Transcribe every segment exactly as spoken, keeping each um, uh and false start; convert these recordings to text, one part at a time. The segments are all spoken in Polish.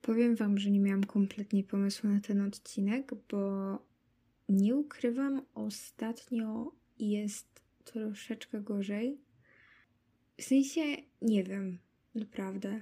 Powiem wam, że nie miałam kompletnie pomysłu na ten odcinek, bo nie ukrywam, ostatnio jest troszeczkę gorzej. W sensie, nie wiem, naprawdę,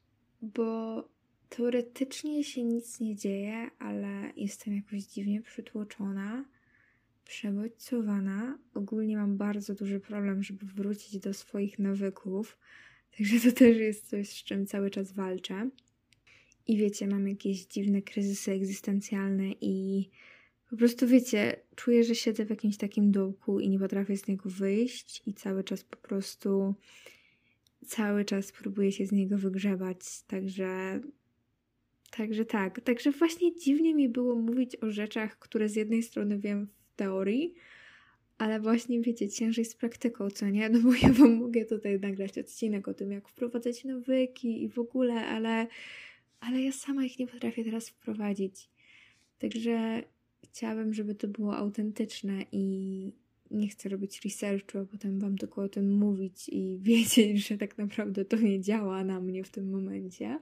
bo teoretycznie się nic nie dzieje, ale jestem jakoś dziwnie przytłoczona, przebodźcowana. Ogólnie mam bardzo duży problem, żeby wrócić do swoich nawyków, także to też jest coś, z czym cały czas walczę. I wiecie, mam jakieś dziwne kryzysy egzystencjalne i po prostu wiecie, czuję, że siedzę w jakimś takim dołku i nie potrafię z niego wyjść i cały czas po prostu, cały czas próbuję się z niego wygrzebać, także, także tak. Także właśnie dziwnie mi było mówić o rzeczach, które z jednej strony wiem w teorii, ale właśnie wiecie, ciężej z praktyką, co nie? No bo ja wam mogę tutaj nagrać odcinek o tym, jak wprowadzać nawyki i w ogóle, ale... ale ja sama ich nie potrafię teraz wprowadzić. Także chciałabym, żeby to było autentyczne i nie chcę robić researchu, a potem wam tylko o tym mówić i wiedzieć, że tak naprawdę to nie działa na mnie w tym momencie.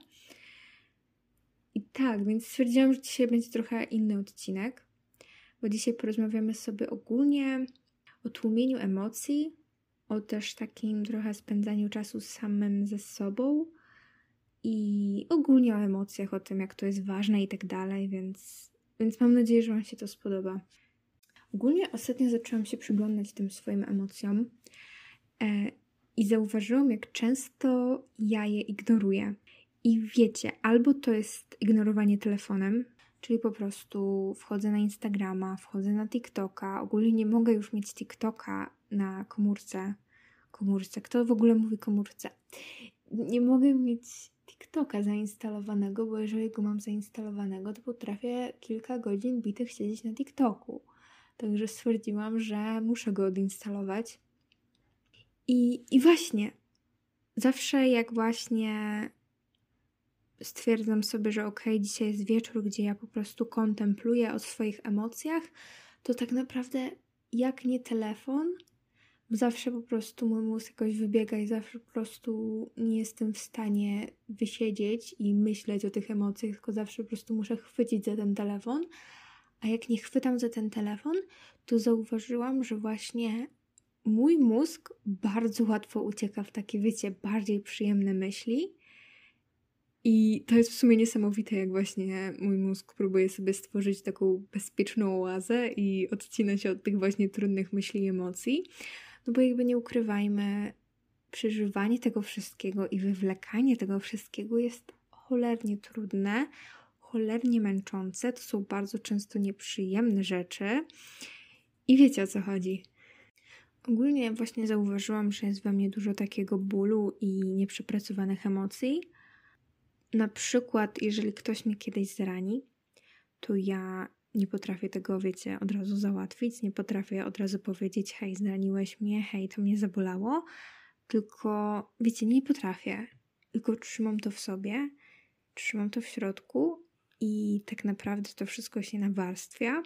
I tak, więc stwierdziłam, że dzisiaj będzie trochę inny odcinek, bo dzisiaj porozmawiamy sobie ogólnie o tłumieniu emocji, o też takim trochę spędzaniu czasu samym ze sobą, i ogólnie o emocjach, o tym, jak to jest ważne i tak dalej, więc, więc mam nadzieję, że wam się to spodoba. Ogólnie ostatnio zaczęłam się przyglądać tym swoim emocjom e, i zauważyłam, jak często ja je ignoruję. I wiecie, albo to jest ignorowanie telefonem, czyli po prostu wchodzę na Instagrama, wchodzę na TikToka, ogólnie nie mogę już mieć TikToka na komórce. Komórce, kto w ogóle mówi komórce? Nie mogę mieć TikToka zainstalowanego, bo jeżeli go mam zainstalowanego, to potrafię kilka godzin bitych siedzieć na TikToku. Także stwierdziłam, że muszę go odinstalować. I, i właśnie, zawsze jak właśnie stwierdzam sobie, że okej, okay, dzisiaj jest wieczór, gdzie ja po prostu kontempluję o swoich emocjach, to tak naprawdę jak nie telefon, zawsze po prostu mój mózg jakoś wybiega i zawsze po prostu nie jestem w stanie wysiedzieć i myśleć o tych emocjach, tylko zawsze po prostu muszę chwycić za ten telefon. A jak nie chwytam za ten telefon, to zauważyłam, że właśnie mój mózg bardzo łatwo ucieka w takie, wiecie, bardziej przyjemne myśli. I to jest w sumie niesamowite, jak właśnie mój mózg próbuje sobie stworzyć taką bezpieczną oazę i odcina się od tych właśnie trudnych myśli i emocji. No bo jakby nie ukrywajmy, przeżywanie tego wszystkiego i wywlekanie tego wszystkiego jest cholernie trudne, cholernie męczące. To są bardzo często nieprzyjemne rzeczy. I wiecie, o co chodzi. Ogólnie właśnie zauważyłam, że jest we mnie dużo takiego bólu i nieprzepracowanych emocji. Na przykład, jeżeli ktoś mnie kiedyś zrani, to ja nie potrafię tego, wiecie, od razu załatwić, nie potrafię od razu powiedzieć, hej, zraniłeś mnie, hej, to mnie zabolało, tylko, wiecie, nie potrafię, tylko trzymam to w sobie, trzymam to w środku i tak naprawdę to wszystko się nawarstwia.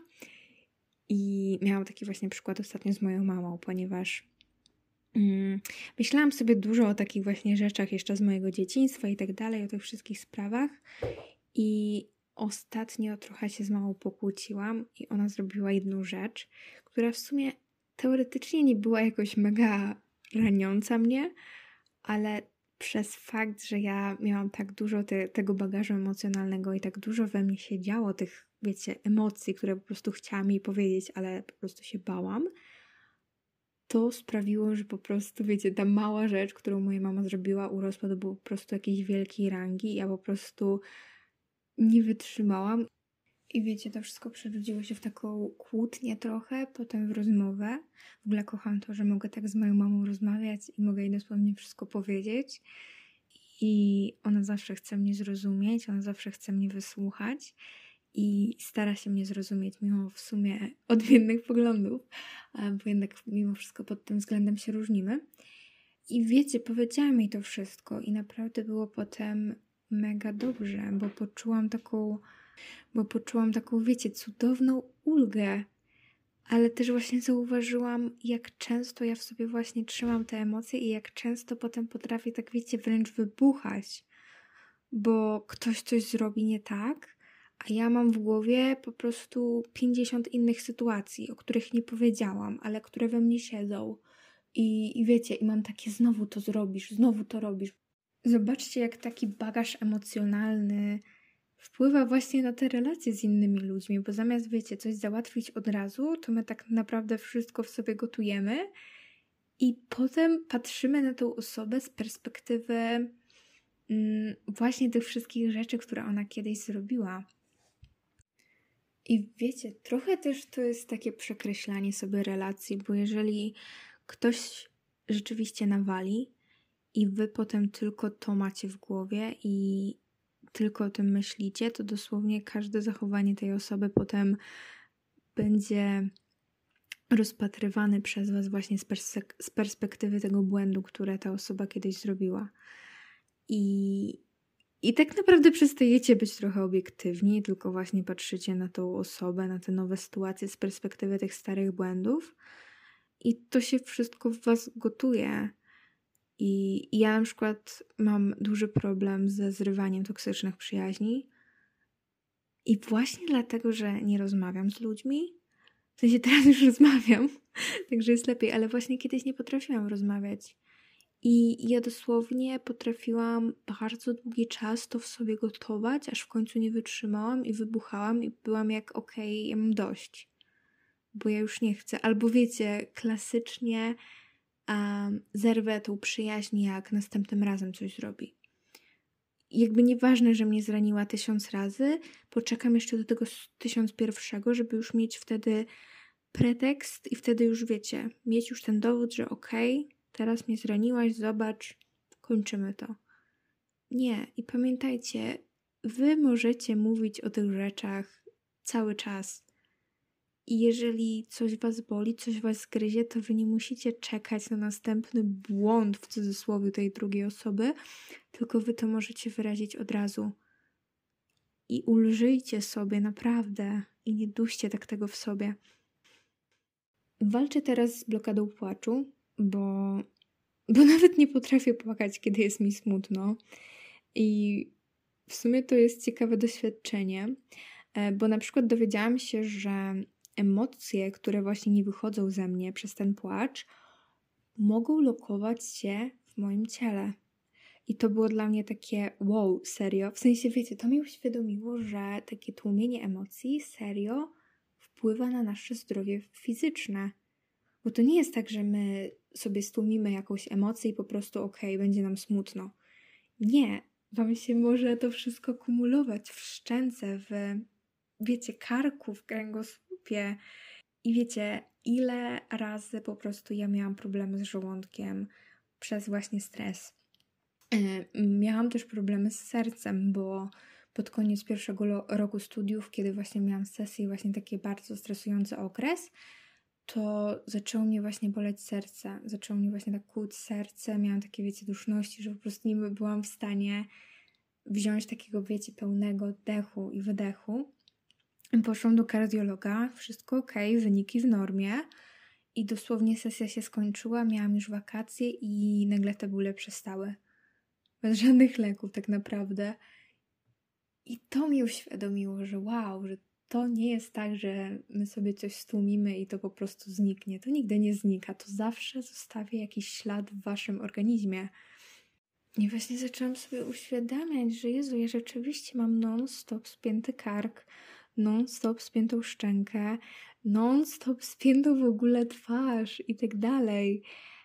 I miałam taki właśnie przykład ostatnio z moją mamą, ponieważ mm, myślałam sobie dużo o takich właśnie rzeczach jeszcze z mojego dzieciństwa i tak dalej, o tych wszystkich sprawach i ostatnio trochę się z mamą pokłóciłam i ona zrobiła jedną rzecz, która w sumie teoretycznie nie była jakoś mega raniąca mnie, ale przez fakt, że ja miałam tak dużo te, tego bagażu emocjonalnego i tak dużo we mnie się działo, tych, wiecie, emocji, które po prostu chciałam jej powiedzieć, ale po prostu się bałam, to sprawiło, że po prostu, wiecie, ta mała rzecz, którą moja mama zrobiła, urosła do po prostu jakiejś wielkiej rangi i ja po prostu nie wytrzymałam. I wiecie, to wszystko przerodziło się w taką kłótnię trochę, potem w rozmowę. W ogóle kocham to, że mogę tak z moją mamą rozmawiać i mogę jej dosłownie wszystko powiedzieć. I ona zawsze chce mnie zrozumieć, ona zawsze chce mnie wysłuchać i stara się mnie zrozumieć mimo w sumie odmiennych poglądów, bo jednak mimo wszystko pod tym względem się różnimy. I wiecie, powiedziałam jej to wszystko i naprawdę było potem mega dobrze, bo poczułam taką, bo poczułam taką, wiecie, cudowną ulgę, ale też właśnie zauważyłam, jak często ja w sobie właśnie trzymam te emocje i jak często potem potrafię tak, wiecie, wręcz wybuchać. bo ktoś coś zrobi nie tak, a ja mam w głowie po prostu pięćdziesiąt innych sytuacji, o których nie powiedziałam, ale które we mnie siedzą. I, I wiecie, i mam takie, znowu to zrobisz, znowu to robisz. Zobaczcie, jak taki bagaż emocjonalny wpływa właśnie na te relacje z innymi ludźmi, bo zamiast, wiecie, coś załatwić od razu, to my tak naprawdę wszystko w sobie gotujemy i potem patrzymy na tą osobę z perspektywy mm, właśnie tych wszystkich rzeczy, które ona kiedyś zrobiła. I wiecie, trochę też to jest takie przekreślanie sobie relacji, bo jeżeli ktoś rzeczywiście nawali i wy potem tylko to macie w głowie i tylko o tym myślicie, to dosłownie każde zachowanie tej osoby potem będzie rozpatrywane przez was właśnie z, persek- z perspektywy tego błędu, które ta osoba kiedyś zrobiła. I, I tak naprawdę przestajecie być trochę obiektywni, tylko właśnie patrzycie na tą osobę, na te nowe sytuacje z perspektywy tych starych błędów i to się wszystko w was gotuje. I ja na przykład mam duży problem ze zrywaniem toksycznych przyjaźni i właśnie dlatego, że nie rozmawiam z ludźmi, w sensie teraz już rozmawiam, także jest lepiej, ale właśnie kiedyś nie potrafiłam rozmawiać i ja dosłownie potrafiłam bardzo długi czas to w sobie gotować, aż w końcu nie wytrzymałam i wybuchałam i byłam jak okej, okay, ja mam dość, bo ja już nie chcę. Albo wiecie, klasycznie um, zerwę tą przyjaźń, jak następnym razem coś zrobi. Jakby nieważne, że mnie zraniła tysiąc razy, poczekam jeszcze do tego tysiąc pierwszego, żeby już mieć wtedy pretekst i wtedy już wiecie, mieć już ten dowód, że okej, okay, teraz mnie zraniłaś, zobacz, kończymy to. Nie. I pamiętajcie, wy możecie mówić o tych rzeczach cały czas. I jeżeli coś was boli, coś was gryzie, to wy nie musicie czekać na następny błąd w cudzysłowie tej drugiej osoby, tylko wy to możecie wyrazić od razu. I ulżyjcie sobie naprawdę i nie duście tak tego w sobie. Walczę teraz z blokadą płaczu, bo, bo nawet nie potrafię płakać, kiedy jest mi smutno. I w sumie to jest ciekawe doświadczenie, bo na przykład dowiedziałam się, że emocje, które właśnie nie wychodzą ze mnie przez ten płacz, mogą lokować się w moim ciele. I to było dla mnie takie wow, serio. W sensie, wiecie, to mi uświadomiło, że takie tłumienie emocji serio wpływa na nasze zdrowie fizyczne. Bo to nie jest tak, że my sobie stłumimy jakąś emocję i po prostu okej, okay, będzie nam smutno. Nie, wam się może to wszystko kumulować w szczęce, w, wiecie, karku, w kręgosłupie. I wiecie, ile razy po prostu ja miałam problemy z żołądkiem przez właśnie stres. Yy, miałam też problemy z sercem, bo pod koniec pierwszego lo- roku studiów, kiedy właśnie miałam sesję, właśnie taki bardzo stresujący okres, to zaczęło mnie właśnie boleć serce. Zaczęło mnie właśnie tak kłuć serce. Miałam takie, wiecie, duszności, że po prostu nie byłam w stanie wziąć takiego, wiecie, pełnego oddechu i wydechu. Poszłam do kardiologa, wszystko okej, okay, wyniki w normie i dosłownie sesja się skończyła, miałam już wakacje i nagle te bóle przestały. Bez żadnych leków tak naprawdę. I to mi uświadomiło, że wow, że to nie jest tak, że my sobie coś stłumimy i to po prostu zniknie. To nigdy nie znika. To zawsze zostawia jakiś ślad w waszym organizmie. I właśnie zaczęłam sobie uświadamiać, że Jezu, ja rzeczywiście mam non-stop spięty kark, non-stop spiętą szczękę, non-stop spiętą w ogóle twarz i tak dalej.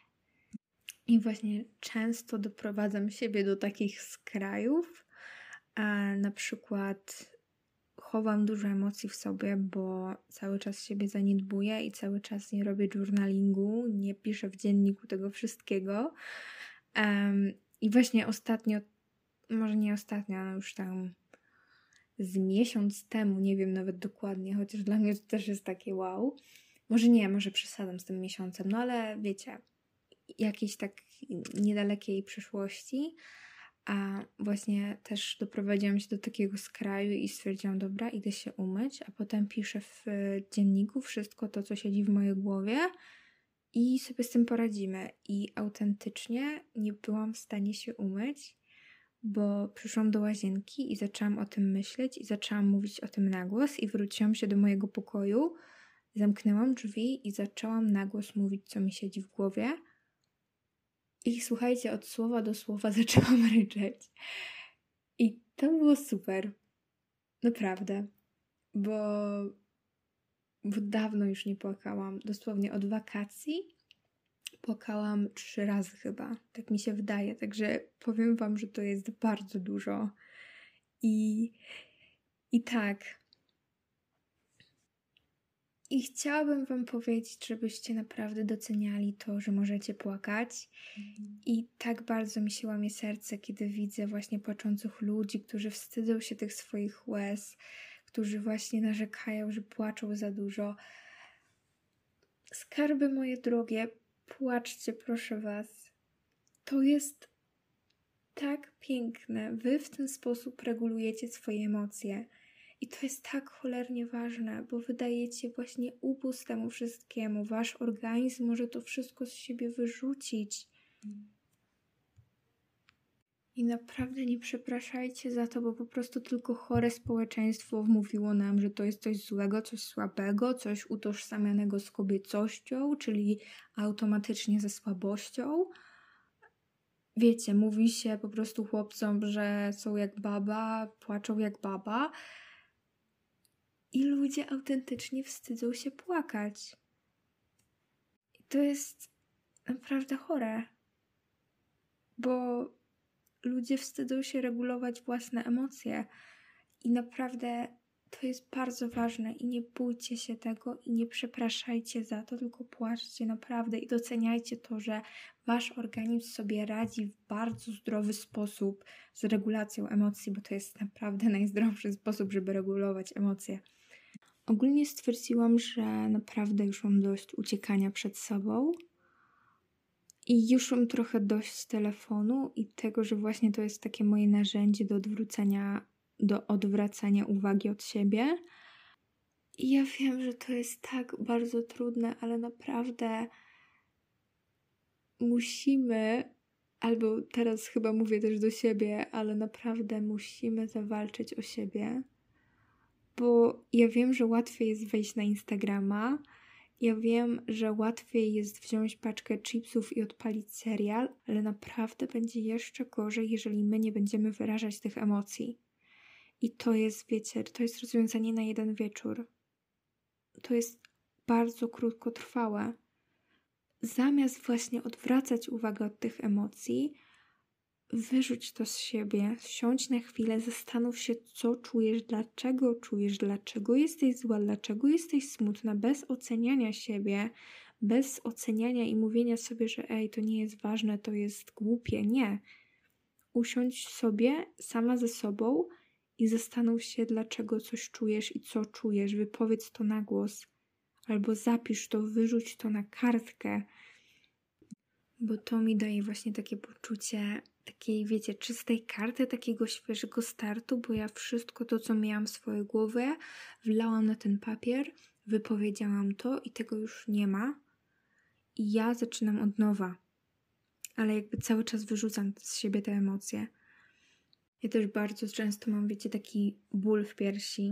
I właśnie często doprowadzam siebie do takich skrajów, a na przykład chowam dużo emocji w sobie, bo cały czas siebie zaniedbuję i cały czas nie robię journalingu, nie piszę w dzienniku tego wszystkiego. Um, I właśnie ostatnio, może nie ostatnio, ale już tam z miesiąc temu, nie wiem nawet dokładnie, chociaż dla mnie to też jest takie wow. Może nie, może przesadzam z tym miesiącem, no ale wiecie, jakiejś tak niedalekiej przyszłości, a właśnie też doprowadziłam się do takiego skraju i stwierdziłam, dobra, idę się umyć, a potem piszę w dzienniku wszystko to, co siedzi w mojej głowie i sobie z tym poradzimy. I autentycznie nie byłam w stanie się umyć, bo przyszłam do łazienki i zaczęłam o tym myśleć i zaczęłam mówić o tym na głos i wróciłam się do mojego pokoju, zamknęłam drzwi i zaczęłam na głos mówić, co mi siedzi w głowie. I słuchajcie, od słowa do słowa zaczęłam ryczeć. I to było super. Naprawdę. Bo, bo dawno już nie płakałam. Dosłownie od wakacji płakałam trzy razy chyba. Tak mi się wydaje. Także powiem wam, że to jest bardzo dużo. I, i tak. I chciałabym wam powiedzieć, żebyście naprawdę doceniali to, że możecie płakać. Mhm. I tak bardzo mi się łamie serce, kiedy widzę właśnie płaczących ludzi, którzy wstydzą się tych swoich łez, którzy właśnie narzekają, że płaczą za dużo. Skarby moje drogie, płaczcie, proszę was. To jest tak piękne. Wy w ten sposób regulujecie swoje emocje. I to jest tak cholernie ważne, bo wydajecie właśnie upust temu wszystkiemu. Wasz organizm może to wszystko z siebie wyrzucić. I naprawdę nie przepraszajcie za to, bo po prostu tylko chore społeczeństwo wmówiło nam, że to jest coś złego, coś słabego, coś utożsamianego z kobiecością, czyli automatycznie ze słabością. Wiecie, mówi się po prostu chłopcom, że są jak baba, płaczą jak baba. I ludzie autentycznie wstydzą się płakać. I to jest naprawdę chore. Bo ludzie wstydzą się regulować własne emocje. I naprawdę to jest bardzo ważne. I nie bójcie się tego i nie przepraszajcie za to, tylko płaczcie naprawdę i doceniajcie to, że wasz organizm sobie radzi w bardzo zdrowy sposób z regulacją emocji, bo to jest naprawdę najzdrowszy sposób, żeby regulować emocje. Ogólnie stwierdziłam, że naprawdę już mam dość uciekania przed sobą i już mam trochę dość telefonu i tego, że właśnie to jest takie moje narzędzie do odwrócenia, do odwracania uwagi od siebie. I ja wiem, że to jest tak bardzo trudne, ale naprawdę musimy, albo teraz chyba mówię też do siebie, ale naprawdę musimy zawalczyć o siebie. Bo ja wiem, że łatwiej jest wejść na Instagrama, ja wiem, że łatwiej jest wziąć paczkę chipsów i odpalić serial, ale naprawdę będzie jeszcze gorzej, jeżeli my nie będziemy wyrażać tych emocji. I to jest, wiecie, to jest rozwiązanie na jeden wieczór. To jest bardzo krótkotrwałe. Zamiast właśnie odwracać uwagę od tych emocji, wyrzuć to z siebie, siądź na chwilę, zastanów się, co czujesz, dlaczego czujesz, dlaczego jesteś zła, dlaczego jesteś smutna, bez oceniania siebie, bez oceniania i mówienia sobie, że ej, to nie jest ważne, to jest głupie. Nie. Usiądź sobie sama ze sobą i zastanów się, dlaczego coś czujesz i co czujesz. Wypowiedz to na głos. Albo zapisz to, wyrzuć to na kartkę. Bo to mi daje właśnie takie poczucie takiej, wiecie, czystej karty, takiego świeżego startu, bo ja wszystko to, co miałam w swojej głowie, wlałam na ten papier, wypowiedziałam to i tego już nie ma. I ja zaczynam od nowa. Ale jakby cały czas wyrzucam z siebie te emocje. Ja też bardzo często mam, wiecie, taki ból w piersi.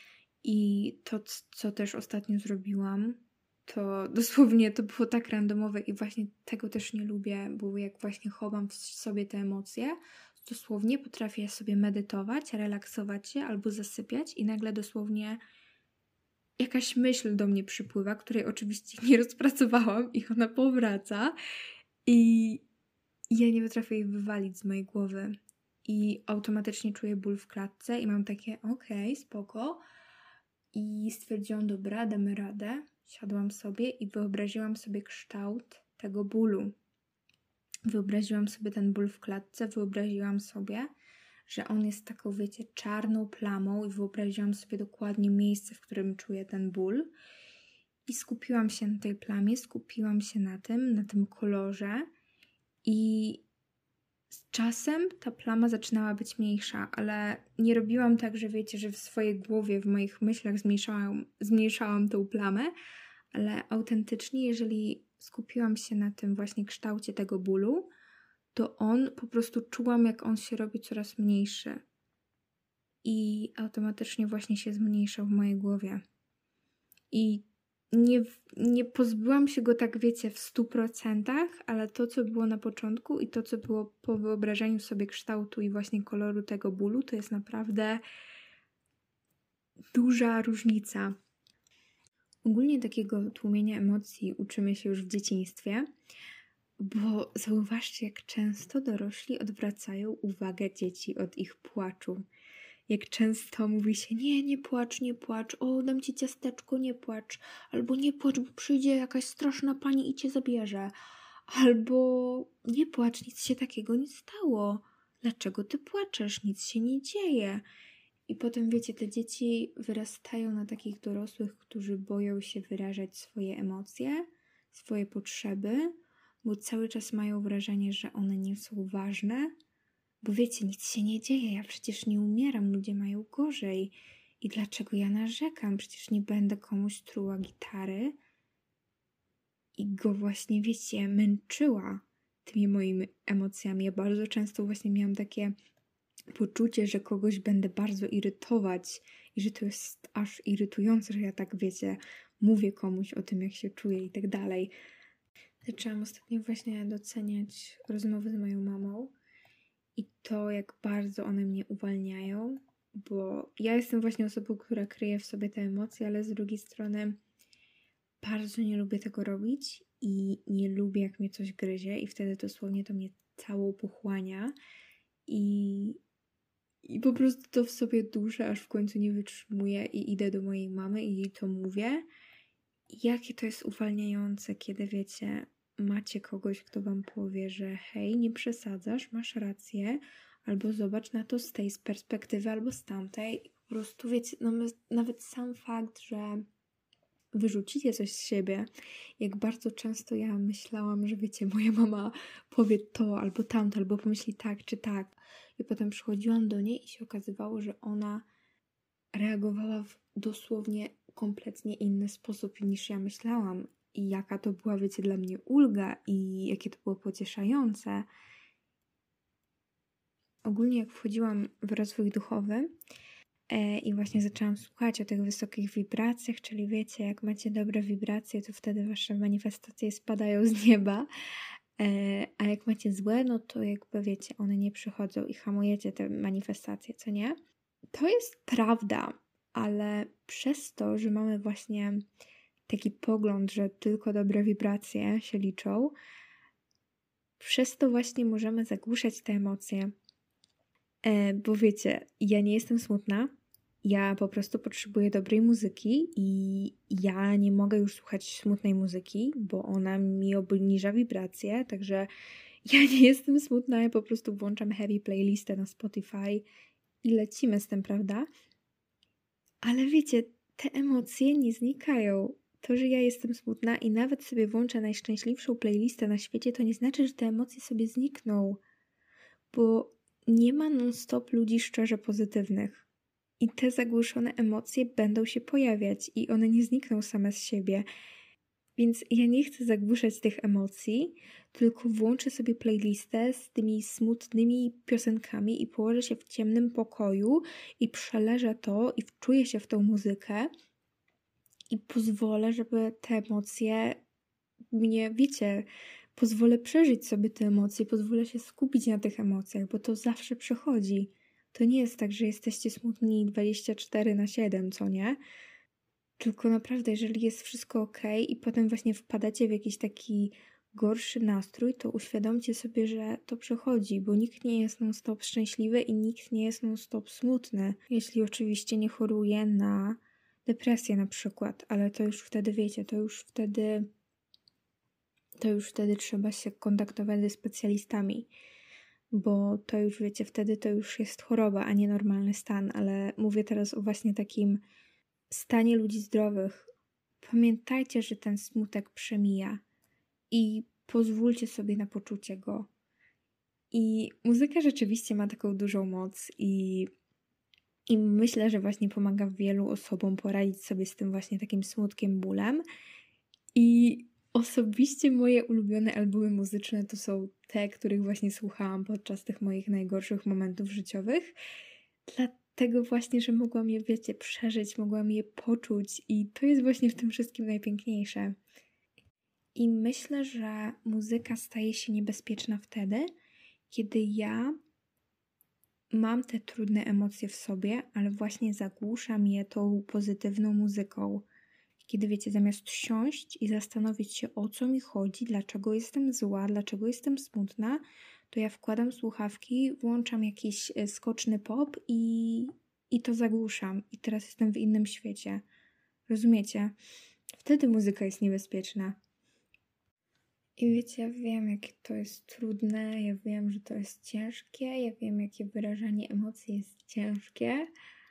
I to, co też ostatnio zrobiłam, to dosłownie to było tak randomowe i właśnie tego też nie lubię, bo jak właśnie chowam w sobie te emocje, dosłownie potrafię sobie medytować, relaksować się albo zasypiać i nagle dosłownie jakaś myśl do mnie przypływa, której oczywiście nie rozpracowałam i ona powraca i ja nie potrafię jej wywalić z mojej głowy i automatycznie czuję ból w klatce i mam takie okej, okay, spoko i stwierdziłam, dobra, damy radę. Siadłam sobie i wyobraziłam sobie kształt tego bólu. Wyobraziłam sobie ten ból w klatce, wyobraziłam sobie, że on jest taką, wiecie, czarną plamą i wyobraziłam sobie dokładnie miejsce, w którym czuję ten ból. I skupiłam się na tej plamie, skupiłam się na tym, na tym kolorze i z czasem ta plama zaczynała być mniejsza, ale nie robiłam tak, że wiecie, że w swojej głowie, w moich myślach zmniejszałam, zmniejszałam tą plamę, ale autentycznie, jeżeli skupiłam się na tym właśnie kształcie tego bólu, to on po prostu czułam, jak on się robi coraz mniejszy. I automatycznie właśnie się zmniejszał w mojej głowie. I nie, nie pozbyłam się go tak, wiecie, w stu procentach, ale to, co było na początku i to, co było po wyobrażeniu sobie kształtu i właśnie koloru tego bólu, to jest naprawdę duża różnica. Ogólnie takiego tłumienia emocji uczymy się już w dzieciństwie, bo zauważcie, jak często dorośli odwracają uwagę dzieci od ich płaczu. Jak często mówi się, nie, nie płacz, nie płacz, o, dam ci ciasteczko, nie płacz, albo nie płacz, bo przyjdzie jakaś straszna pani i cię zabierze, albo nie płacz, nic się takiego nie stało, dlaczego ty płaczesz, nic się nie dzieje. I potem, wiecie, te dzieci wyrastają na takich dorosłych, którzy boją się wyrażać swoje emocje, swoje potrzeby, bo cały czas mają wrażenie, że one nie są ważne. Bo wiecie, nic się nie dzieje, ja przecież nie umieram, ludzie mają gorzej. I dlaczego ja narzekam? Przecież nie będę komuś truła gitary. I go właśnie, wiecie, męczyła tymi moimi emocjami. Ja bardzo często właśnie miałam takie poczucie, że kogoś będę bardzo irytować i że to jest aż irytujące, że ja tak, wiecie, mówię komuś o tym, jak się czuję i tak dalej. Zaczęłam ostatnio właśnie doceniać rozmowy z moją mamą i to, jak bardzo one mnie uwalniają, bo ja jestem właśnie osobą, która kryje w sobie te emocje, ale z drugiej strony bardzo nie lubię tego robić i nie lubię, jak mnie coś gryzie i wtedy dosłownie to mnie całą pochłania i, i po prostu to w sobie duszę, aż w końcu nie wytrzymuję i idę do mojej mamy i jej to mówię. I jakie to jest uwalniające, kiedy wiecie, macie kogoś, kto wam powie, że hej, nie przesadzasz, masz rację, albo zobacz na to z tej perspektywy, albo z tamtej. I po prostu wiecie, no my, nawet sam fakt, że wyrzucicie coś z siebie, jak bardzo często ja myślałam, że wiecie, moja mama powie to, albo tamto, albo pomyśli tak, czy tak. I potem przychodziłam do niej i się okazywało, że ona reagowała w dosłownie kompletnie inny sposób niż ja myślałam. I jaka to była, wiecie, dla mnie ulga i jakie to było pocieszające. Ogólnie jak wchodziłam w rozwój duchowy e, i właśnie zaczęłam słuchać o tych wysokich wibracjach, czyli wiecie, jak macie dobre wibracje, to wtedy wasze manifestacje spadają z nieba, e, a jak macie złe, no to jakby wiecie, one nie przychodzą i hamujecie te manifestacje, co nie? To jest prawda, ale przez to, że mamy właśnie taki pogląd, że tylko dobre wibracje się liczą, przez to właśnie możemy zagłuszać te emocje. E, bo wiecie, ja nie jestem smutna, ja po prostu potrzebuję dobrej muzyki i ja nie mogę już słuchać smutnej muzyki, bo ona mi obniża wibracje, także ja nie jestem smutna, ja po prostu włączam heavy playlistę na Spotify i lecimy z tym, prawda? Ale wiecie, te emocje nie znikają. To, że ja jestem smutna i nawet sobie włączę najszczęśliwszą playlistę na świecie, to nie znaczy, że te emocje sobie znikną. Bo nie ma non-stop ludzi szczerze pozytywnych. I te zagłuszone emocje będą się pojawiać i one nie znikną same z siebie. Więc ja nie chcę zagłuszać tych emocji, tylko włączę sobie playlistę z tymi smutnymi piosenkami i położę się w ciemnym pokoju i przeleżę to i wczuję się w tą muzykę i pozwolę, żeby te emocje mnie, wiecie, pozwolę przeżyć sobie te emocje, pozwolę się skupić na tych emocjach, bo to zawsze przychodzi. To nie jest tak, że jesteście smutni dwadzieścia cztery na siedem, co nie? Tylko naprawdę, jeżeli jest wszystko okej i potem właśnie wpadacie w jakiś taki gorszy nastrój, to uświadomcie sobie, że to przechodzi, bo nikt nie jest non-stop szczęśliwy i nikt nie jest non-stop smutny. Jeśli oczywiście nie choruje na depresję na przykład, ale to już wtedy, wiecie, to już wtedy to już wtedy trzeba się kontaktować ze specjalistami, bo to już, wiecie, wtedy to już jest choroba, a nie normalny stan, ale mówię teraz o właśnie takim stanie ludzi zdrowych. Pamiętajcie, że ten smutek przemija i pozwólcie sobie na poczucie go. I muzyka rzeczywiście ma taką dużą moc i, i myślę, że właśnie pomaga wielu osobom poradzić sobie z tym właśnie takim smutkiem, bólem. I Osobiście moje ulubione albumy muzyczne to są te, których właśnie słuchałam podczas tych moich najgorszych momentów życiowych. Dlatego właśnie, że mogłam je, wiecie, przeżyć, mogłam je poczuć i to jest właśnie w tym wszystkim najpiękniejsze. I myślę, że muzyka staje się niebezpieczna wtedy, kiedy ja mam te trudne emocje w sobie, ale właśnie zagłuszam je tą pozytywną muzyką. Kiedy, wiecie, zamiast siąść i zastanowić się, o co mi chodzi, dlaczego jestem zła, dlaczego jestem smutna, to ja wkładam słuchawki, włączam jakiś skoczny pop i, i to zagłuszam. I teraz jestem w innym świecie. Rozumiecie? Wtedy muzyka jest niebezpieczna. I wiecie, ja wiem, jakie to jest trudne, ja wiem, że to jest ciężkie, ja wiem, jakie wyrażanie emocji jest ciężkie,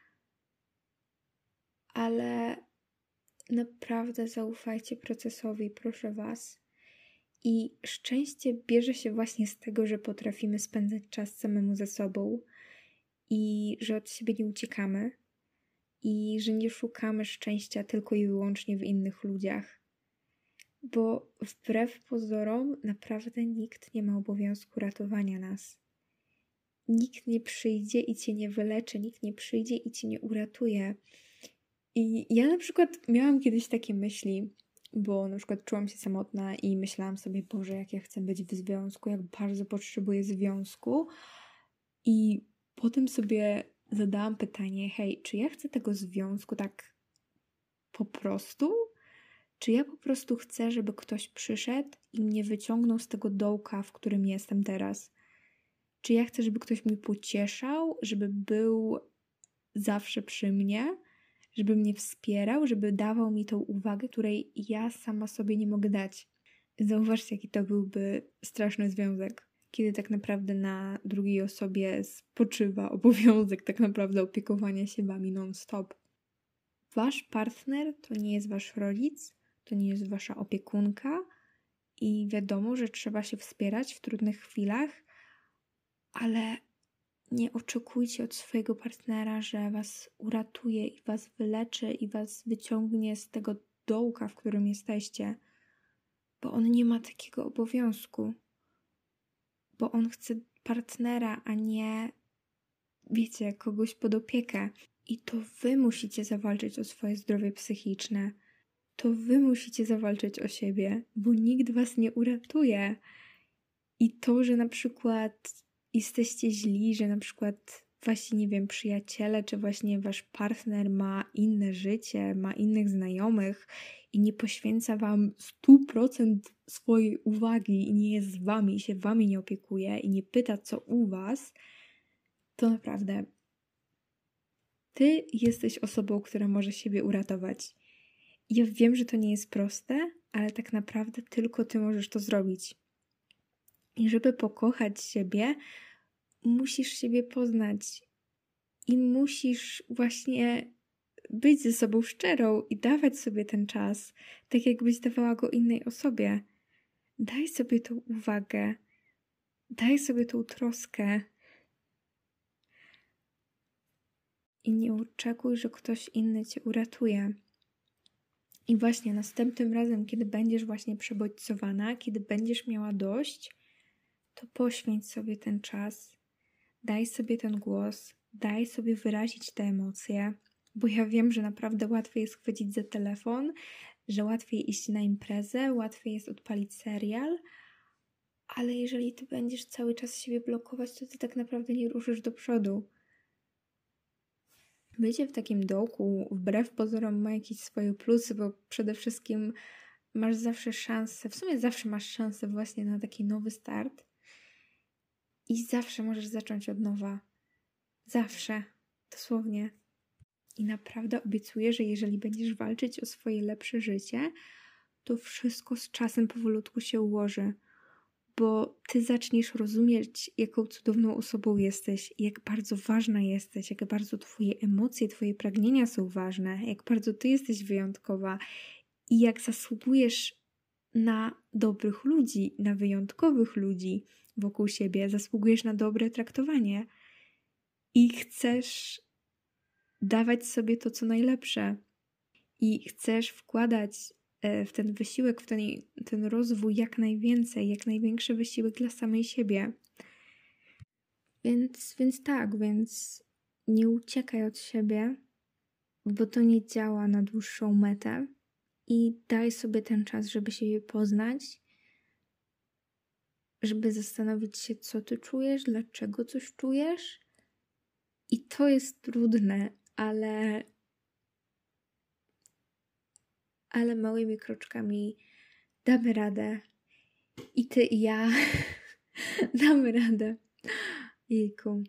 ale naprawdę zaufajcie procesowi, proszę was. I szczęście bierze się właśnie z tego, że potrafimy spędzać czas samemu ze sobą i że od siebie nie uciekamy i że nie szukamy szczęścia tylko i wyłącznie w innych ludziach. Bo wbrew pozorom naprawdę nikt nie ma obowiązku ratowania nas. Nikt nie przyjdzie i cię nie wyleczy, nikt nie przyjdzie i cię nie uratuje. I ja na przykład miałam kiedyś takie myśli, bo na przykład czułam się samotna i myślałam sobie, Boże, jak ja chcę być w związku, jak bardzo potrzebuję związku. I potem sobie zadałam pytanie, hej, czy ja chcę tego związku tak po prostu? Czy ja po prostu chcę, żeby ktoś przyszedł i mnie wyciągnął z tego dołka, w którym jestem teraz? Czy ja chcę, żeby ktoś mnie pocieszał, żeby był zawsze przy mnie, żeby mnie wspierał, żeby dawał mi tą uwagę, której ja sama sobie nie mogę dać? Zauważcie, jaki to byłby straszny związek, kiedy tak naprawdę na drugiej osobie spoczywa obowiązek tak naprawdę opiekowania się wami non-stop. Wasz partner to nie jest wasz rodzic, to nie jest wasza opiekunka i wiadomo, że trzeba się wspierać w trudnych chwilach, ale nie oczekujcie od swojego partnera, że was uratuje i was wyleczy i was wyciągnie z tego dołka, w którym jesteście, bo on nie ma takiego obowiązku, bo on chce partnera, a nie, wiecie, kogoś pod opiekę. I to wy musicie zawalczyć o swoje zdrowie psychiczne. To wy musicie zawalczyć o siebie, bo nikt was nie uratuje. I to, że na przykład jesteście źli, że na przykład wasi, nie wiem, przyjaciele, czy właśnie wasz partner ma inne życie, ma innych znajomych i nie poświęca wam sto procent swojej uwagi i nie jest z wami, i się wami nie opiekuje i nie pyta, co u was, to naprawdę ty jesteś osobą, która może siebie uratować. Ja wiem, że to nie jest proste, ale tak naprawdę tylko ty możesz to zrobić. I żeby pokochać siebie, musisz siebie poznać i musisz właśnie być ze sobą szczerą i dawać sobie ten czas, tak jakbyś dawała go innej osobie. Daj sobie tą uwagę, daj sobie tą troskę i nie oczekuj, że ktoś inny cię uratuje. I właśnie następnym razem, kiedy będziesz właśnie przebodźcowana, kiedy będziesz miała dość, to poświęć sobie ten czas, daj sobie ten głos, daj sobie wyrazić te emocje, bo ja wiem, że naprawdę łatwiej jest chwycić za telefon, że łatwiej iść na imprezę, łatwiej jest odpalić serial, ale jeżeli ty będziesz cały czas siebie blokować, to ty tak naprawdę nie ruszysz do przodu. Bycie w takim dołku wbrew pozorom ma jakieś swoje plusy, bo przede wszystkim masz zawsze szansę, w sumie zawsze masz szansę właśnie na taki nowy start i zawsze możesz zacząć od nowa. Zawsze. Dosłownie. I naprawdę obiecuję, że jeżeli będziesz walczyć o swoje lepsze życie, to wszystko z czasem powolutku się ułoży, bo ty zaczniesz rozumieć, jaką cudowną osobą jesteś, jak bardzo ważna jesteś, jak bardzo twoje emocje, twoje pragnienia są ważne, jak bardzo ty jesteś wyjątkowa i jak zasługujesz na dobrych ludzi, na wyjątkowych ludzi wokół siebie, zasługujesz na dobre traktowanie i chcesz dawać sobie to, co najlepsze i chcesz wkładać w ten wysiłek, w ten, ten rozwój jak najwięcej, jak największy wysiłek dla samej siebie. Więc, więc tak, więc nie uciekaj od siebie, bo to nie działa na dłuższą metę i daj sobie ten czas, żeby siebie poznać, żeby zastanowić się, co ty czujesz, dlaczego coś czujesz. I to jest trudne, ale ale małymi kroczkami damy radę. I ty i ja damy radę. Jejku.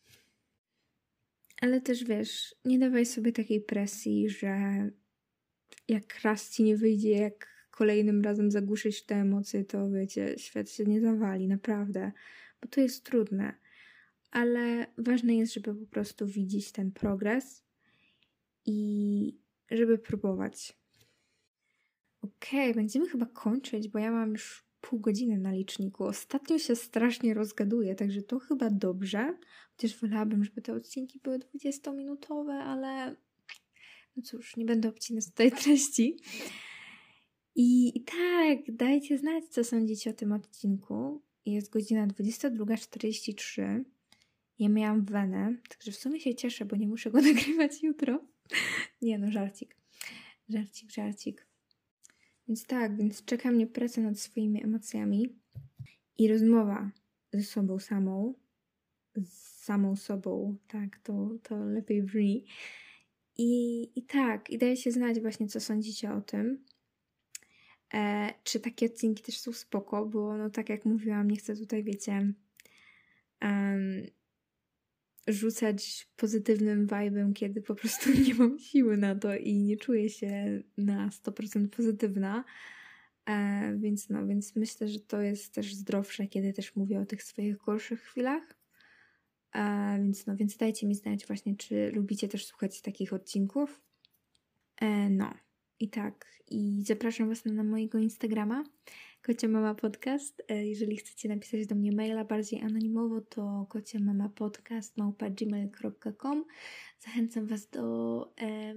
Ale też wiesz, nie dawaj sobie takiej presji, że jak raz ci nie wyjdzie, jak kolejnym razem zagłuszyć te emocje, to wiecie, świat się nie zawali, naprawdę. Bo to jest trudne. Ale ważne jest, żeby po prostu widzieć ten progres i żeby próbować. Okej, okay, będziemy chyba kończyć, bo ja mam już pół godziny na liczniku. Ostatnio się strasznie rozgaduję, także to chyba dobrze. Chociaż wolałabym, żeby te odcinki były dwudziestominutowe, ale no cóż, nie będę obcinać tutaj treści. I, I tak, dajcie znać, co sądzicie o tym odcinku. Jest godzina dwudziesta druga czterdzieści trzy. Ja miałam wenę, także w sumie się cieszę, bo nie muszę go nagrywać jutro. Nie no, żarcik. Żarcik, żarcik. Więc tak, więc czeka mnie praca nad swoimi emocjami i rozmowa ze sobą samą, z samą sobą, tak, to, to lepiej brzmi. I, I tak, i daje się znać właśnie, co sądzicie o tym. E, czy takie odcinki też są spoko, bo no tak jak mówiłam, nie chcę tutaj, wiecie, um, rzucać pozytywnym vibe'em, kiedy po prostu nie mam siły na to i nie czuję się na sto procent pozytywna. E, więc no, więc myślę, że to jest też zdrowsze, kiedy też mówię o tych swoich gorszych chwilach. E, więc no, więc dajcie mi znać właśnie, czy lubicie też słuchać takich odcinków. E, no, i tak. I zapraszam Was na, na mojego Instagrama, Kocia Mama Podcast. E, jeżeli chcecie napisać do mnie maila bardziej anonimowo, to kociamamapodcast małpa gmail kropka com. Zachęcam Was do, e,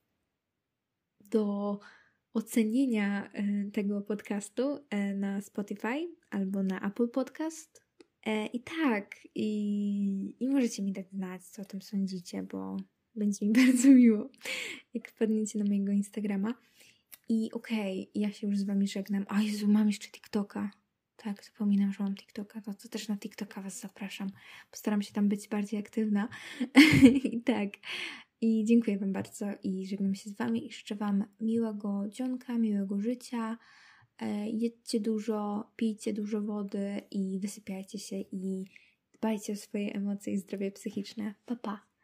do ocenienia e, tego podcastu e, na Spotify albo na Apple Podcast. E, I tak, i, i możecie mi dać znać, co o tym sądzicie, bo będzie mi bardzo miło, jak wpadniecie na mojego Instagrama. I okej, okay, ja się już z Wami żegnam. A Jezu, mam jeszcze TikToka. Tak, zapominam, że mam TikToka. No to też na TikToka Was zapraszam. Postaram się tam być bardziej aktywna. I tak. I dziękuję Wam bardzo i żegnam się z Wami i życzę Wam miłego dzionka, miłego życia. E, jedźcie dużo, pijcie dużo wody i wysypiajcie się i dbajcie o swoje emocje i zdrowie psychiczne. Pa, pa!